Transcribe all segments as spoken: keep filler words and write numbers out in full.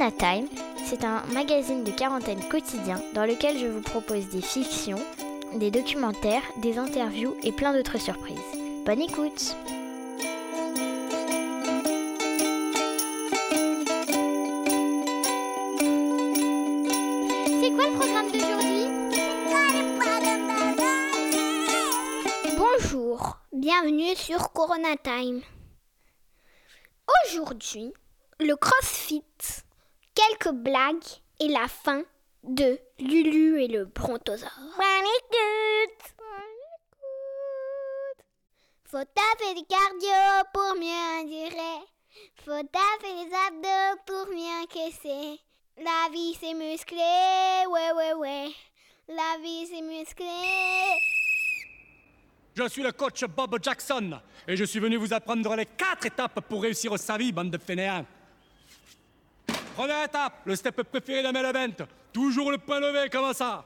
Corona Time, c'est un magazine de quarantaine quotidien dans lequel je vous propose des fictions, des documentaires, des interviews et plein d'autres surprises. Bonne écoute! C'est quoi le programme d'aujourd'hui? Bonjour, bienvenue sur Corona Time. Aujourd'hui, le CrossFit, quelques blagues et la fin de Lulu et le brontosaure. Bonne écoute. Faut taper du cardio pour mieux endurer. Faut taper les abdos pour mieux encaisser. La vie c'est musclé, ouais ouais ouais. La vie c'est musclé. Je suis le coach Bob Jackson et je suis venu vous apprendre les quatre étapes pour réussir sa vie, bande de fainéants. Première étape, le step préféré d'un main event. Toujours le point levé, comme ça.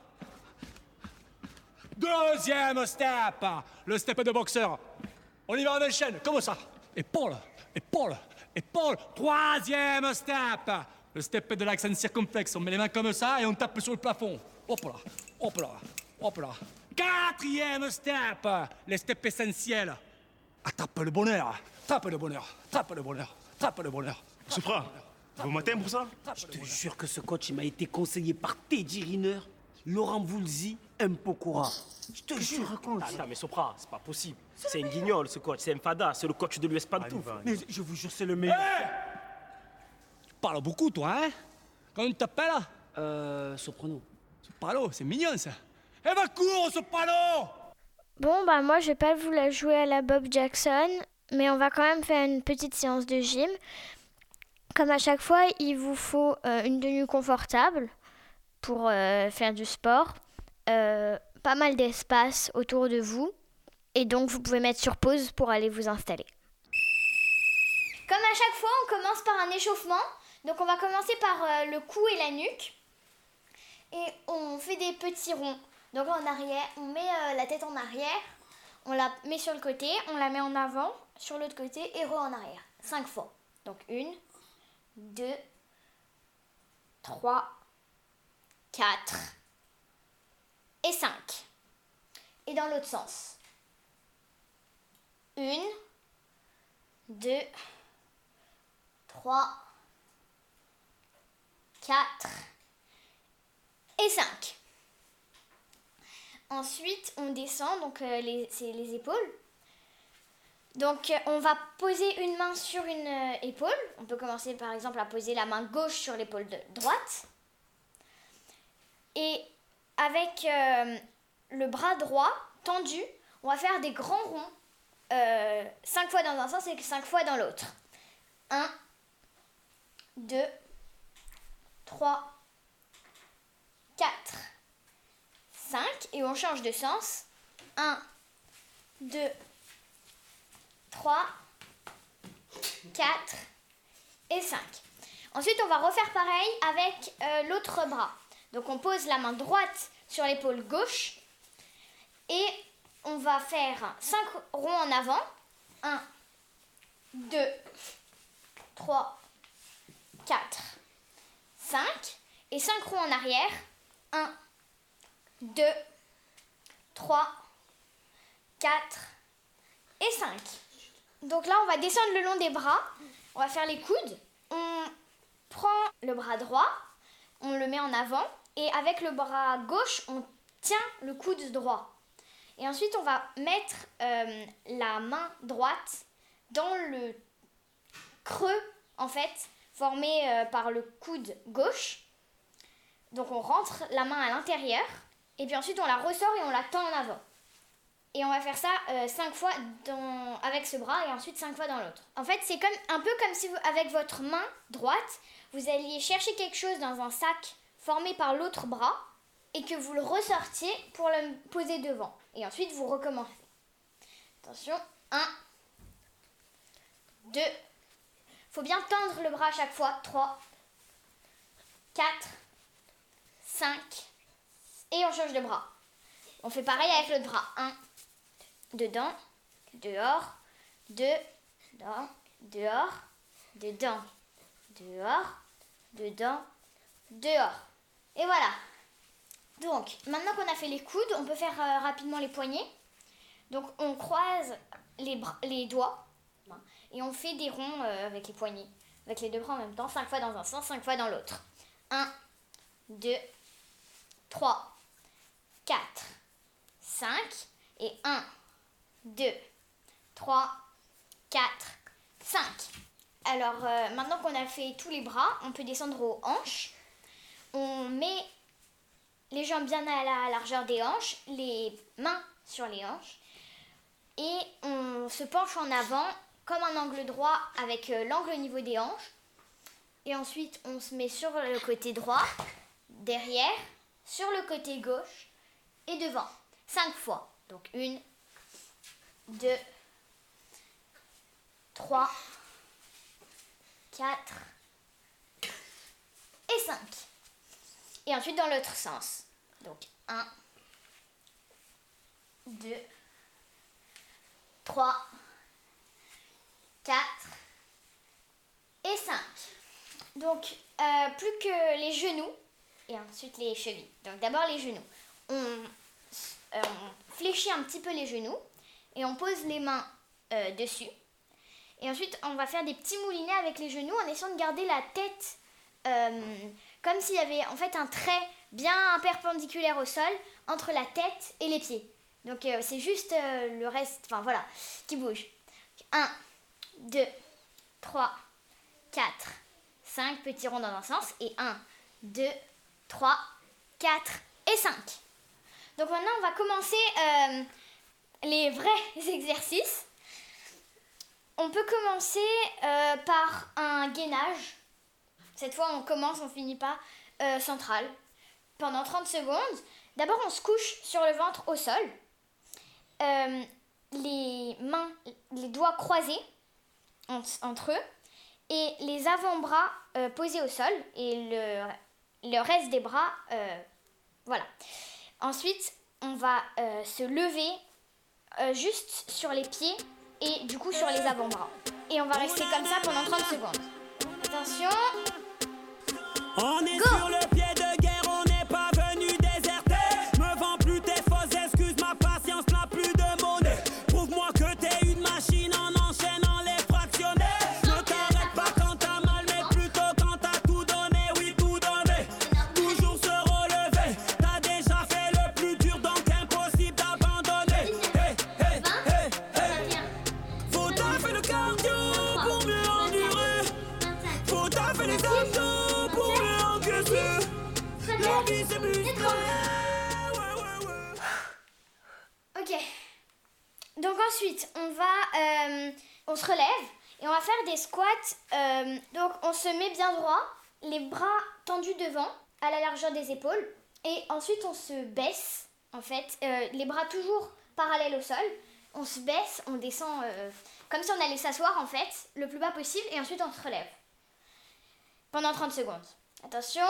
Deuxième step, le step de boxeur. On y va, on enchaîne, comme ça. Épaule, épaule, épaule. Troisième step, le step de l'accent circonflexe. On met les mains comme ça et on tape sur le plafond. Hop là, hop là, hop là. Quatrième step, les steps essentiels. Attrape le bonheur, attrape le bonheur, attrape le bonheur, attrape le bonheur. Sopra, bon matin pour ça? Je te jure que ce coach il m'a été conseillé par Teddy Riner, Laurent Voulzy, M. Pokora. Je te jure, raconte. Attends, mais Sopra, c'est pas possible. C'est un guignol ce coach, c'est un fada, c'est le coach de l'U S Pantouf. Mais je vous jure, c'est le meilleur. Hey, tu parles beaucoup, toi, hein? Comment tu t'appelles? Euh, Soprano. Soprano, c'est mignon, ça. Eh ben, cours, Soprano! Bon, bah moi je vais pas vous la jouer à la Bob Jackson, mais on va quand même faire une petite séance de gym. Comme à chaque fois, il vous faut euh, une tenue confortable pour euh, faire du sport, euh, pas mal d'espace autour de vous, et donc vous pouvez mettre sur pause pour aller vous installer. Comme à chaque fois, on commence par un échauffement. Donc on va commencer par euh, le cou et la nuque. Et on fait des petits ronds. Donc en arrière, on met euh, la tête en arrière, on la met sur le côté, on la met en avant, sur l'autre côté et re en arrière. Cinq fois. Donc une, deux, trois, quatre et cinq. Et dans l'autre sens. Une, deux, trois, quatre et cinq. Ensuite, on descend, donc euh, les, c'est les épaules. Donc, euh, on va poser une main sur une euh, épaule. On peut commencer par exemple à poser la main gauche sur l'épaule de droite. Et avec euh, le bras droit tendu, on va faire des grands ronds. Euh, cinq fois dans un sens et cinq fois dans l'autre. un, deux, trois, quatre, cinq. Et on change de sens. un, deux, trois, quatre et cinq. Ensuite, on va refaire pareil avec euh, l'autre bras. Donc, on pose la main droite sur l'épaule gauche et on va faire cinq ronds en avant. un, deux, trois, quatre, cinq. Et cinq ronds en arrière. un, deux, trois, quatre et cinq. Donc là, on va descendre le long des bras. On va faire les coudes. On prend le bras droit, on le met en avant. Et avec le bras gauche, on tient le coude droit. Et ensuite, on va mettre euh, la main droite dans le creux, en fait, formé euh, par le coude gauche. Donc, on rentre la main à l'intérieur. Et puis ensuite, on la ressort et on la tend en avant. Et on va faire ça euh, cinq fois dans, avec ce bras et ensuite cinq fois dans l'autre. En fait, c'est comme, un peu comme si vous, avec votre main droite, vous alliez chercher quelque chose dans un sac formé par l'autre bras et que vous le ressortiez pour le poser devant. Et ensuite, vous recommencez. Attention, un, deux. Faut bien tendre le bras à chaque fois. trois, quatre, cinq. Et on change de bras. On fait pareil avec l'autre bras. un, dedans, dehors, deux, dedans, dehors, dedans, dehors, dedans, dehors. Et voilà. Donc, maintenant qu'on a fait les coudes, on peut faire euh, rapidement les poignets. Donc, on croise les, bras, les doigts et on fait des ronds euh, avec les poignets. Avec les deux bras en même temps, cinq fois dans un sens, cinq fois dans l'autre. un, deux, trois, quatre, cinq. Et un, deux, trois, quatre, cinq. Alors, euh, maintenant qu'on a fait tous les bras, on peut descendre aux hanches. On met les jambes bien à la largeur des hanches, les mains sur les hanches. Et on se penche en avant comme un angle droit avec euh, l'angle au niveau des hanches. Et ensuite, on se met sur le côté droit, derrière, sur le côté gauche et devant. Cinq fois. Donc une, deux, trois, quatre et cinq. Et ensuite dans l'autre sens. Donc un, deux, trois, quatre et cinq. Donc euh, plus que les genoux et ensuite les chevilles. Donc d'abord les genoux. On, euh, on fléchit un petit peu les genoux et on pose les mains euh, dessus. Et ensuite on va faire des petits moulinets avec les genoux en essayant de garder la tête euh, comme s'il y avait en fait un trait bien perpendiculaire au sol entre la tête et les pieds. Donc euh, c'est juste euh, le reste, enfin voilà, qui bouge. un, deux, trois, quatre, cinq petits ronds dans un sens et un, deux, trois, quatre et cinq. Donc maintenant on va commencer euh, les vrais exercices. On peut commencer euh, par un gainage. Cette fois on commence, on finit pas euh, central. Pendant trente secondes. D'abord on se couche sur le ventre au sol. Euh, les mains, les doigts croisés en, entre eux. Et les avant-bras euh, posés au sol et le, le reste des bras, euh, voilà. Ensuite, on va euh, se lever euh, juste sur les pieds et du coup sur les avant-bras. Et on va rester comme ça pendant trente secondes. Attention. On est Go. sur le pied de guerre, on n'est pas venu déserter. Me vends plus tes fausses excuses, ma patience n'a plus de monnaie. Prouve-moi que t'es une machine en enchaînant les fractionnés. Ok. Donc ensuite, on va, euh, on se relève et on va faire des squats. Euh, donc on se met bien droit, les bras tendus devant, à la largeur des épaules. Et ensuite, on se baisse, en fait, euh, les bras toujours parallèles au sol. On se baisse, on descend euh, comme si on allait s'asseoir, en fait, le plus bas possible. Et ensuite, on se relève. Pendant trente secondes. Attention.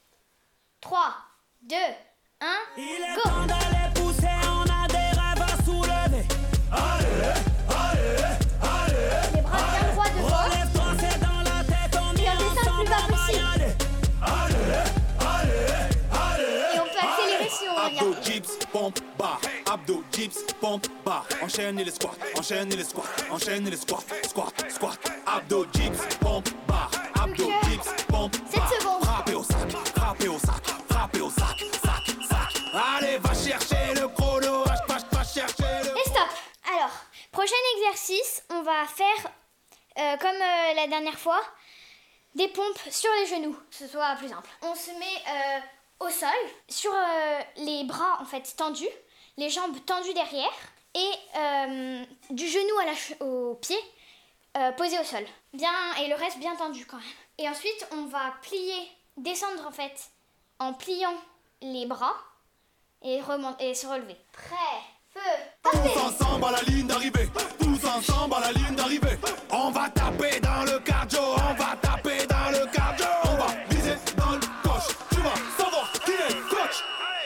trois, deux, un, Il est go. temps d'aller pousser, on a des rêves à soulever. Allez, allez, allez. Les bras bien droits devant. Relève-toi, c'est dans la tête, on Et est on descend le ensemble, plus bas on va y possible. aller. Allez, allez, allez. Et on peut accélérer si on Abdo, regarde. dips, pompe, barre. Abdo, dips, pompe, barre. Enchaîne les squats, enchaîne les squats, enchaîne les squats, squat, squat. Abdo, dips, pompe, barre. Abdo, Ok. dips, pompe, sept barre. secondes. Frappez au sac, frappez au sac, frappez au sac, sac, sac. Allez, va chercher le chrono, va, va, va chercher le... Et stop. Alors, prochain exercice, on va faire, euh, comme euh, la dernière fois, des pompes sur les genoux, que ce soit plus simple. On se met euh, au sol, sur euh, les bras en fait tendus, les jambes tendues derrière, et euh, du genou à la che- au pied euh, posé au sol. Bien, et le reste bien tendu quand même. Et ensuite, on va plier, descendre en fait, en pliant les bras et, remonter, et se relever. Prêt, feu, tapez. Tous ensemble à la ligne d'arrivée, tous ensemble à la ligne d'arrivée. On va taper dans le cardio, on va taper dans le cardio. On va viser dans le coche, tu vas savoir qui est coach.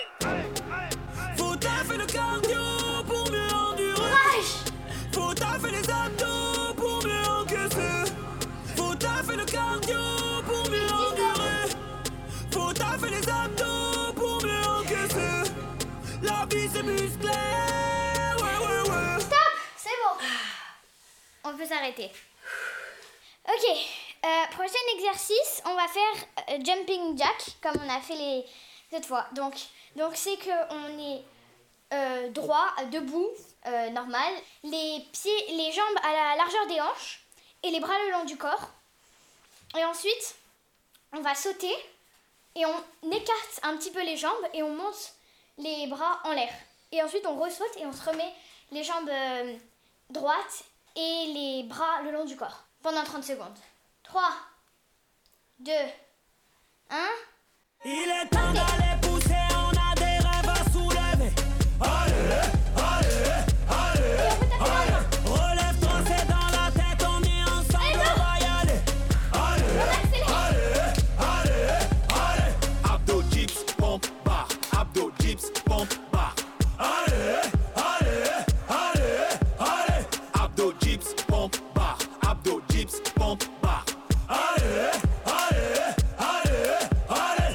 Faut taffer le cardio pour mieux endurer. Courage. Faut taffer les abdos pour mieux encaisser. Faut taffer le cardio pour mieux endurer. vie c'est musclé. Ouais, ouais, ouais. Stop, c'est bon. On peut s'arrêter. Ok, euh, prochain exercice, on va faire euh, jumping jack comme on a fait les autres fois. Donc, donc c'est qu'on est euh, droit, debout, euh, normal, les pieds, les jambes à la largeur des hanches et les bras le long du corps. Et ensuite, on va sauter et on écarte un petit peu les jambes et on monte les bras en l'air. Et ensuite, on ressaute et on se remet les jambes euh, droites et les bras le long du corps pendant trente secondes. trois, deux, un. Il est temps d'aller pousser, on a des rêves à soulever. Allez, allez, allez, allez. Relève-toi, c'est dans la tête, on est ensemble, on va y aller. Allez, allez, allez, allez. Abdo, dips, pompe, barre. Abdo, dips, pompe, barre. Allez, allez, allez, allez. Abdo, dips, pompe, barre. Abdo, dips, pompe, barre. Allez, allez, allez, allez.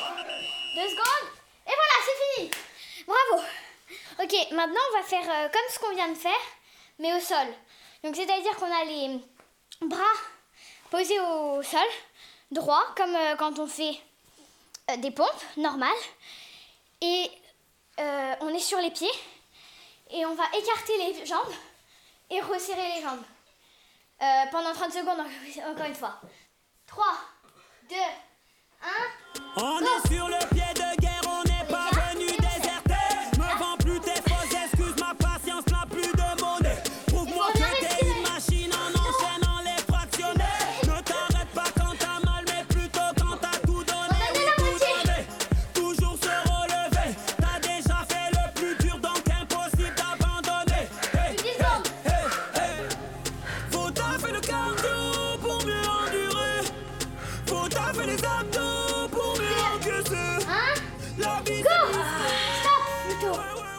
Deux secondes. Et voilà, c'est fini. Bravo. Ok, maintenant on va faire euh, comme ce qu'on vient de faire, mais au sol. Donc c'est-à-dire qu'on a les bras posés au sol, droit, comme euh, quand on fait euh, des pompes normales. Et euh, on est sur les pieds. Et on va écarter les jambes et resserrer les jambes. Euh, pendant trente secondes, encore une fois. trois, deux, un. On est sur le pied de guerre, on n'est pas venu déserter. Me vends plus tes fausses excuses, ma patience n'a plus de monnaie. Prouve-moi que t'es une machine en enchaînant les fractionnés. Ne t'arrête pas quand t'as mal, mais plutôt quand t'as tout donné. Oui, tout donné. Toujours se relever. T'as déjà fait le plus dur, donc impossible d'abandonner. Hey, hey, hey, hey. Faut taffer le cardio pour mieux endurer. Faut taffer les abdos pour mieux encaisser. Un. La vie Go. c'est Stop plutôt.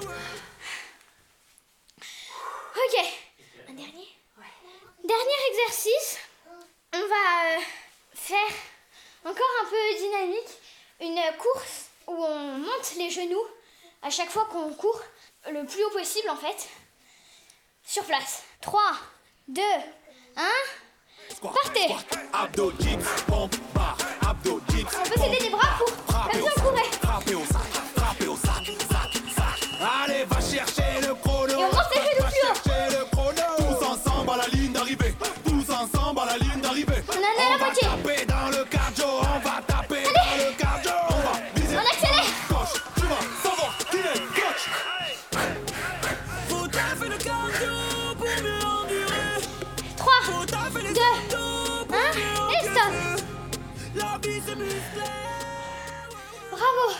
Ok. Un dernier. Dernier exercice. On va euh, faire encore un peu dynamique. Une course où on monte les genoux à chaque fois qu'on court le plus haut possible en fait. Sur place. trois, deux, un. Partez. Abdo, dips, pompe, barre. Abdo, dips, On peut s'aider des bras pour frappez comme au si on courait. sac, frappez au sac, frappez au sac, sac, sac. Allez, va chercher le chrono. Et on monte les genoux Va plus haut. chercher le chrono. Tous ensemble à la ligne d'arrivée. Tous ensemble à la ligne d'arrivée. On en est à la va moitié. taper dans le cardio. On va taper dans le cardio. On va viser. On accélère. Coach, tu vas savoir qui est coach. Faut taffer le cardio pour mieux endurer. trois, Faut taffer les deux, abdos pour un. mieux Et stop. encaisser. La vie c'est musclé. Bravo.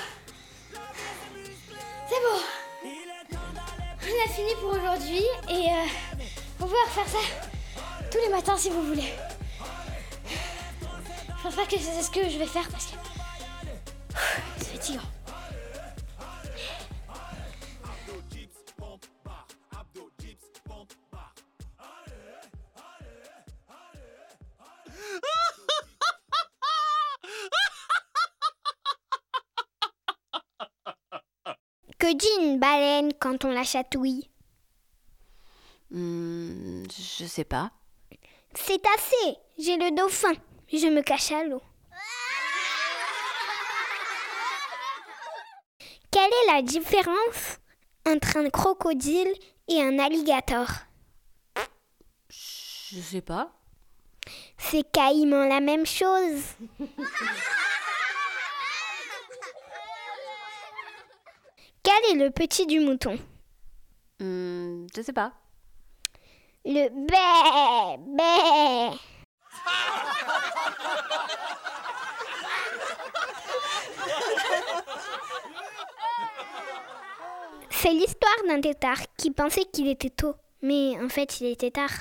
C'est bon. On a fini pour aujourd'hui et euh, on peut refaire ça tous les matins si vous voulez. Je pense pas que c'est ce que je vais faire parce que c'est fatigant. Que dit une baleine quand on la chatouille? Hmm, je sais pas. C'est assez, j'ai le dauphin. Je me cache à l'eau. Quelle est la différence entre un crocodile et un alligator? Je sais pas. C'est quasiment la même chose. Quel est le petit du mouton? Hmm, je sais pas. Le bé, bé. C'est l'histoire d'un tétard qui pensait qu'il était tôt, mais en fait il était tard.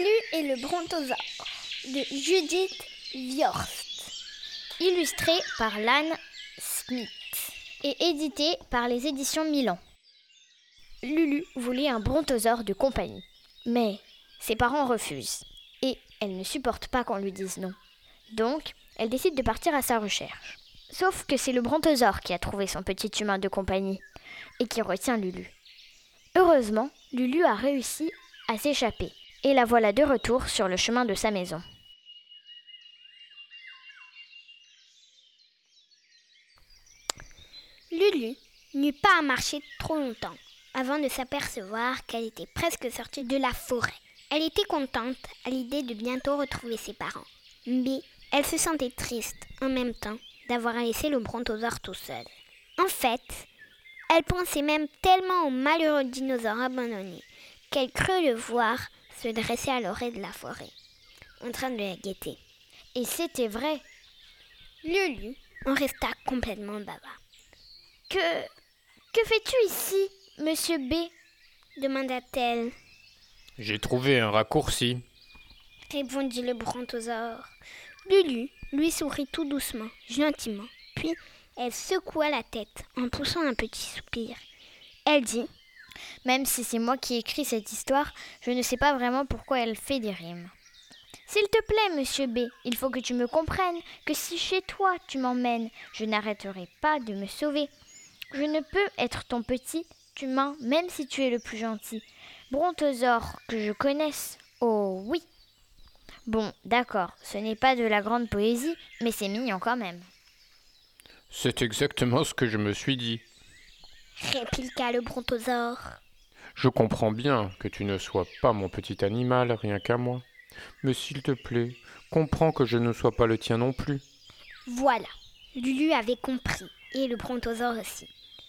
Lulu et le brontosaure de Judith Viorst. Illustré par Lan Smith et édité par les éditions Milan. Lulu voulait un brontosaure de compagnie, mais ses parents refusent et elle ne supporte pas qu'on lui dise non. Donc, elle décide de partir à sa recherche. Sauf que c'est le brontosaure qui a trouvé son petit humain de compagnie et qui retient Lulu. Heureusement, Lulu a réussi à s'échapper et la voilà de retour sur le chemin de sa maison. Lulu n'eut pas à marcher trop longtemps avant de s'apercevoir qu'elle était presque sortie de la forêt. Elle était contente à l'idée de bientôt retrouver ses parents, mais elle se sentait triste en même temps d'avoir laissé le brontosaure tout seul. En fait, elle pensait même tellement au malheureux dinosaure abandonné qu'elle crut le voir se dresser à l'orée de la forêt, en train de la guetter. Et c'était vrai. Lulu en resta complètement baba. Que... que fais-tu ici, monsieur B ? Demanda-t-elle. J'ai trouvé un raccourci, Répondit le brontosaure. Lulu lui sourit tout doucement, gentiment. Puis elle secoua la tête en poussant un petit soupir. Elle dit « Même si c'est moi qui ai écrit cette histoire, je ne sais pas vraiment pourquoi elle fait des rimes. S'il te plaît, monsieur B, il faut que tu me comprennes que si chez toi tu m'emmènes, je n'arrêterai pas de me sauver. Je ne peux être ton petit humain, même si tu es le plus gentil. Brontosaure que je connaisse, oh oui. Bon, d'accord, ce n'est pas de la grande poésie, mais c'est mignon quand même. » C'est exactement ce que je me suis dit. répliqua le brontosaure. Je comprends bien que tu ne sois pas mon petit animal, rien qu'à moi. Mais s'il te plaît, comprends que je ne sois pas le tien non plus. Voilà, Lulu avait compris, et le brontosaure aussi.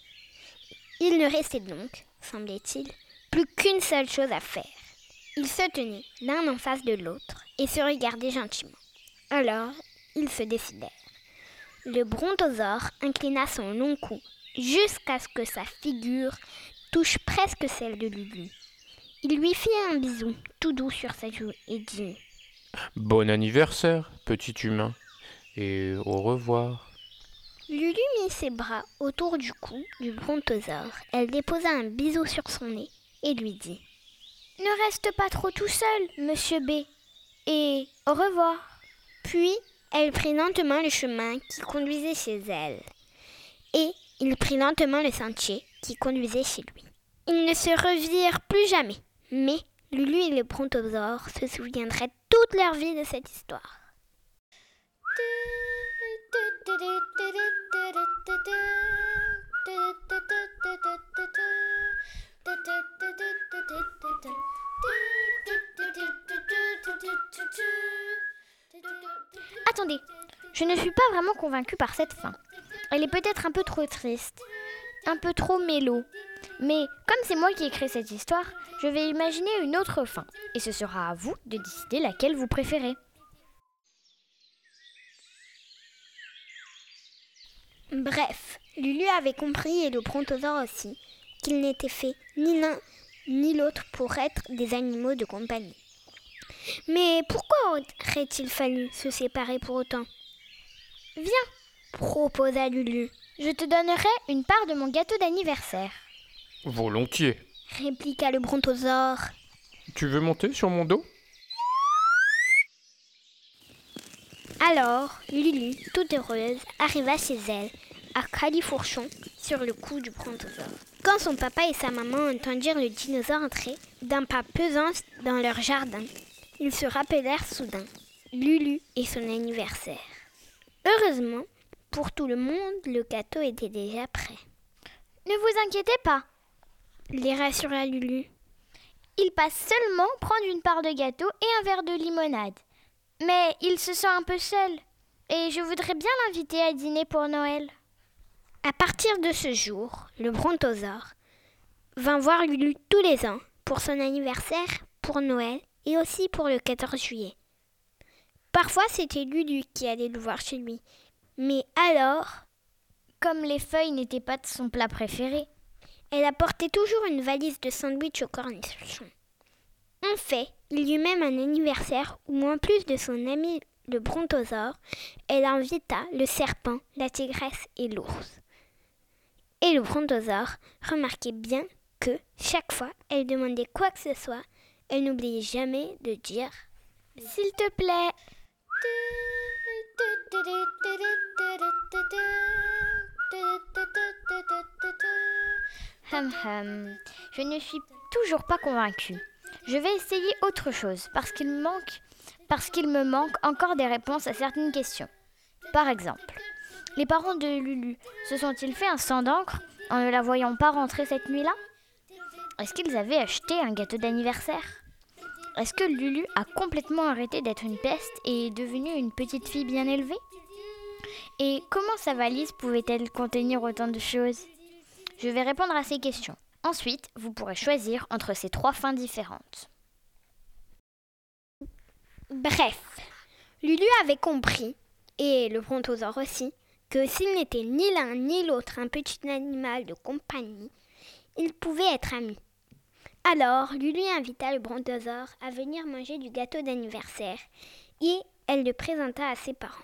Il ne restait donc, semblait-il, plus qu'une seule chose à faire. Ils se tenaient l'un en face de l'autre et se regardaient gentiment. Alors, ils se décidèrent. Le brontosaure inclina son long cou jusqu'à ce que sa figure touche presque celle de Lulu. Il lui fit un bisou tout doux sur sa joue et dit « Bon anniversaire, petit humain, et au revoir. » Lulu mit ses bras autour du cou du brontosaure. Elle déposa un bisou sur son nez et lui dit « Ne reste pas trop tout seul, monsieur B, et au revoir. » Puis, elle prit lentement le chemin qui conduisait chez elle. Et il prit lentement le sentier qui conduisait chez lui. Ils ne se revirent plus jamais. Mais Lulu et le brontosaure se souviendraient toute leur vie de cette histoire. Attendez, je ne suis pas vraiment convaincue par cette fin. Elle est peut-être un peu trop triste, un peu trop mélo. Mais comme c'est moi qui ai créé cette histoire, je vais imaginer une autre fin. Et ce sera à vous de décider laquelle vous préférez. Bref, Lulu avait compris et le brontosaure aussi qu'ils n'étaient faits ni l'un ni l'autre pour être des animaux de compagnie. Mais pourquoi aurait-il fallu se séparer pour autant ? Viens, proposa Lulu. Je te donnerai une part de mon gâteau d'anniversaire. Volontiers, répliqua le brontosaure. Tu veux monter sur mon dos ? Alors, Lulu, toute heureuse, arriva chez elle, à califourchon sur le cou du brontosaure. Quand son papa et sa maman entendirent le dinosaure entrer d'un pas pesant dans leur jardin, ils se rappelèrent soudain Lulu et son anniversaire. Heureusement, pour tout le monde, le gâteau était déjà prêt. Ne vous inquiétez pas, les rassura Lulu. Il passe seulement prendre une part de gâteau et un verre de limonade. Mais il se sent un peu seul et je voudrais bien l'inviter à dîner pour Noël. À partir de ce jour, le brontosaure vint voir Lulu tous les ans pour son anniversaire, pour Noël et aussi pour le quatorze juillet. Parfois, c'était Lulu qui allait le voir chez lui. Mais alors, comme les feuilles n'étaient pas de son plat préféré, elle apportait toujours une valise de sandwich au cornichon. En fait, Il y eut même un anniversaire où, en plus de son ami le brontosaure, elle invita le serpent, la tigresse et l'ours. Et le brontosaure remarquait bien que, chaque fois elle demandait quoi que ce soit, elle n'oubliait jamais de dire « S'il te plaît ». Hum hum, je ne suis toujours pas convaincue. Je vais essayer autre chose parce qu'il manque, parce qu'il me manque encore des réponses à certaines questions. Par exemple, les parents de Lulu se sont-ils fait un sang d'encre en ne la voyant pas rentrer cette nuit-là? Est-ce qu'ils avaient acheté un gâteau d'anniversaire? Est-ce que Lulu a complètement arrêté d'être une peste et est devenue une petite fille bien élevée? Et comment sa valise pouvait-elle contenir autant de choses? Je vais répondre à ces questions. Ensuite, vous pourrez choisir entre ces trois fins différentes. Bref, Lulu avait compris, et le brontosaure aussi, que s'il n'était ni l'un ni l'autre un petit animal de compagnie, ils pouvaient être amis. Alors, Lulu invita le brontosaure à venir manger du gâteau d'anniversaire, et elle le présenta à ses parents.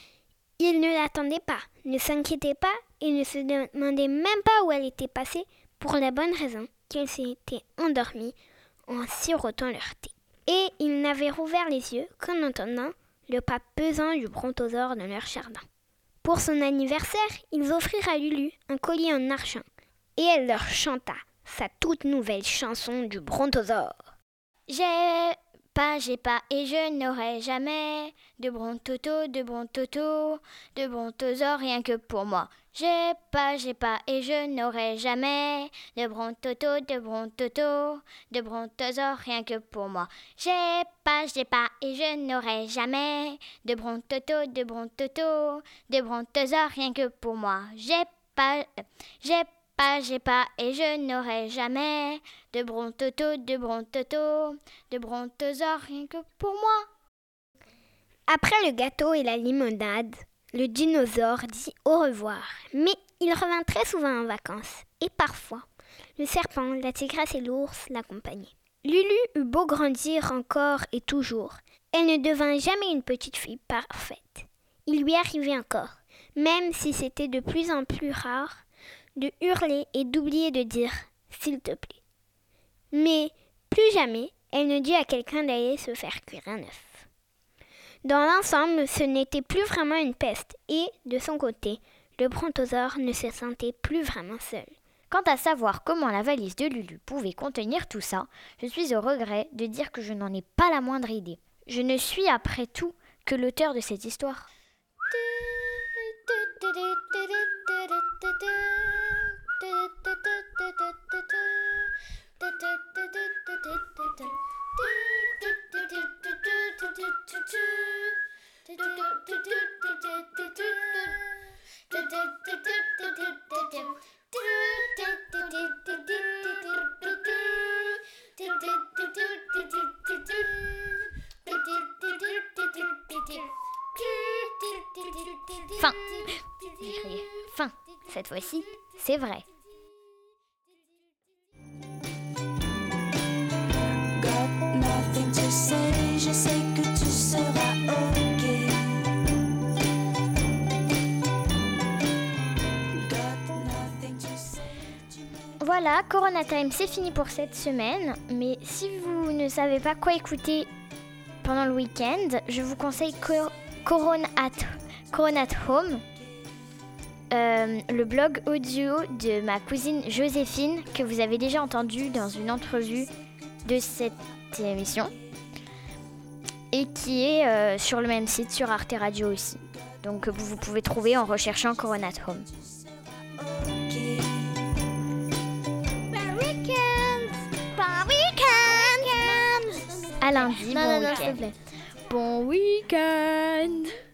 Ils ne l'attendaient pas, ne s'inquiétaient pas et ne se demandaient même pas où elle était passée, pour la bonne raison qu'elle s'était endormie en sirotant leur thé. Et ils n'avaient rouvert les yeux qu'en entendant le pas pesant du brontosaure dans leur jardin. Pour son anniversaire, ils offrirent à Lulu un collier en argent, et elle leur chanta sa toute nouvelle chanson du brontosaure. J'ai pas, j'ai pas et je n'aurai jamais de brontoto, de brontoto, de brontosaure rien que pour moi. J'ai pas, j'ai pas et je n'aurai jamais de brontoto, de brontoto, de brontosaure rien que pour moi. J'ai pas, j'ai pas et je n'aurai jamais de brontoto, de brontoto, de brontosaure rien que pour moi. J'ai pas, j'ai pas, j'ai pas et je n'aurai jamais de brontoto, de brontoto, de brontosaure rien que pour moi. Après le gâteau et la limonade, le dinosaure dit au revoir, mais il revint très souvent en vacances, et parfois, le serpent, la tigresse et l'ours l'accompagnaient. Lulu eut beau grandir encore et toujours, elle ne devint jamais une petite fille parfaite. Il lui arrivait encore, même si c'était de plus en plus rare, de hurler et d'oublier de dire « s'il te plaît ». Mais plus jamais, elle ne dit à quelqu'un d'aller se faire cuire un œuf. Dans l'ensemble, ce n'était plus vraiment une peste et, de son côté, le brontosaure ne se sentait plus vraiment seul. Quant à savoir comment la valise de Lulu pouvait contenir tout ça, je suis au regret de dire que je n'en ai pas la moindre idée. Je ne suis après tout que l'auteur de cette histoire. Fin. J'ai crié fin. Cette fois-ci, c'est vrai. Je sais que tu seras ok. Voilà, Corona Time, c'est fini pour cette semaine. Mais si vous ne savez pas quoi écouter pendant le week-end, je vous conseille Cor- Corona, at, Corona at Home, euh, le blog audio de ma cousine Joséphine, que vous avez déjà entendu dans une entrevue de cette émission, et qui est euh, sur le même site sur Arte Radio aussi. Donc vous, vous pouvez trouver en recherchant Corona at Home. À lundi, non, bon non, non, week-end. s'il te plaît. Bon week-end.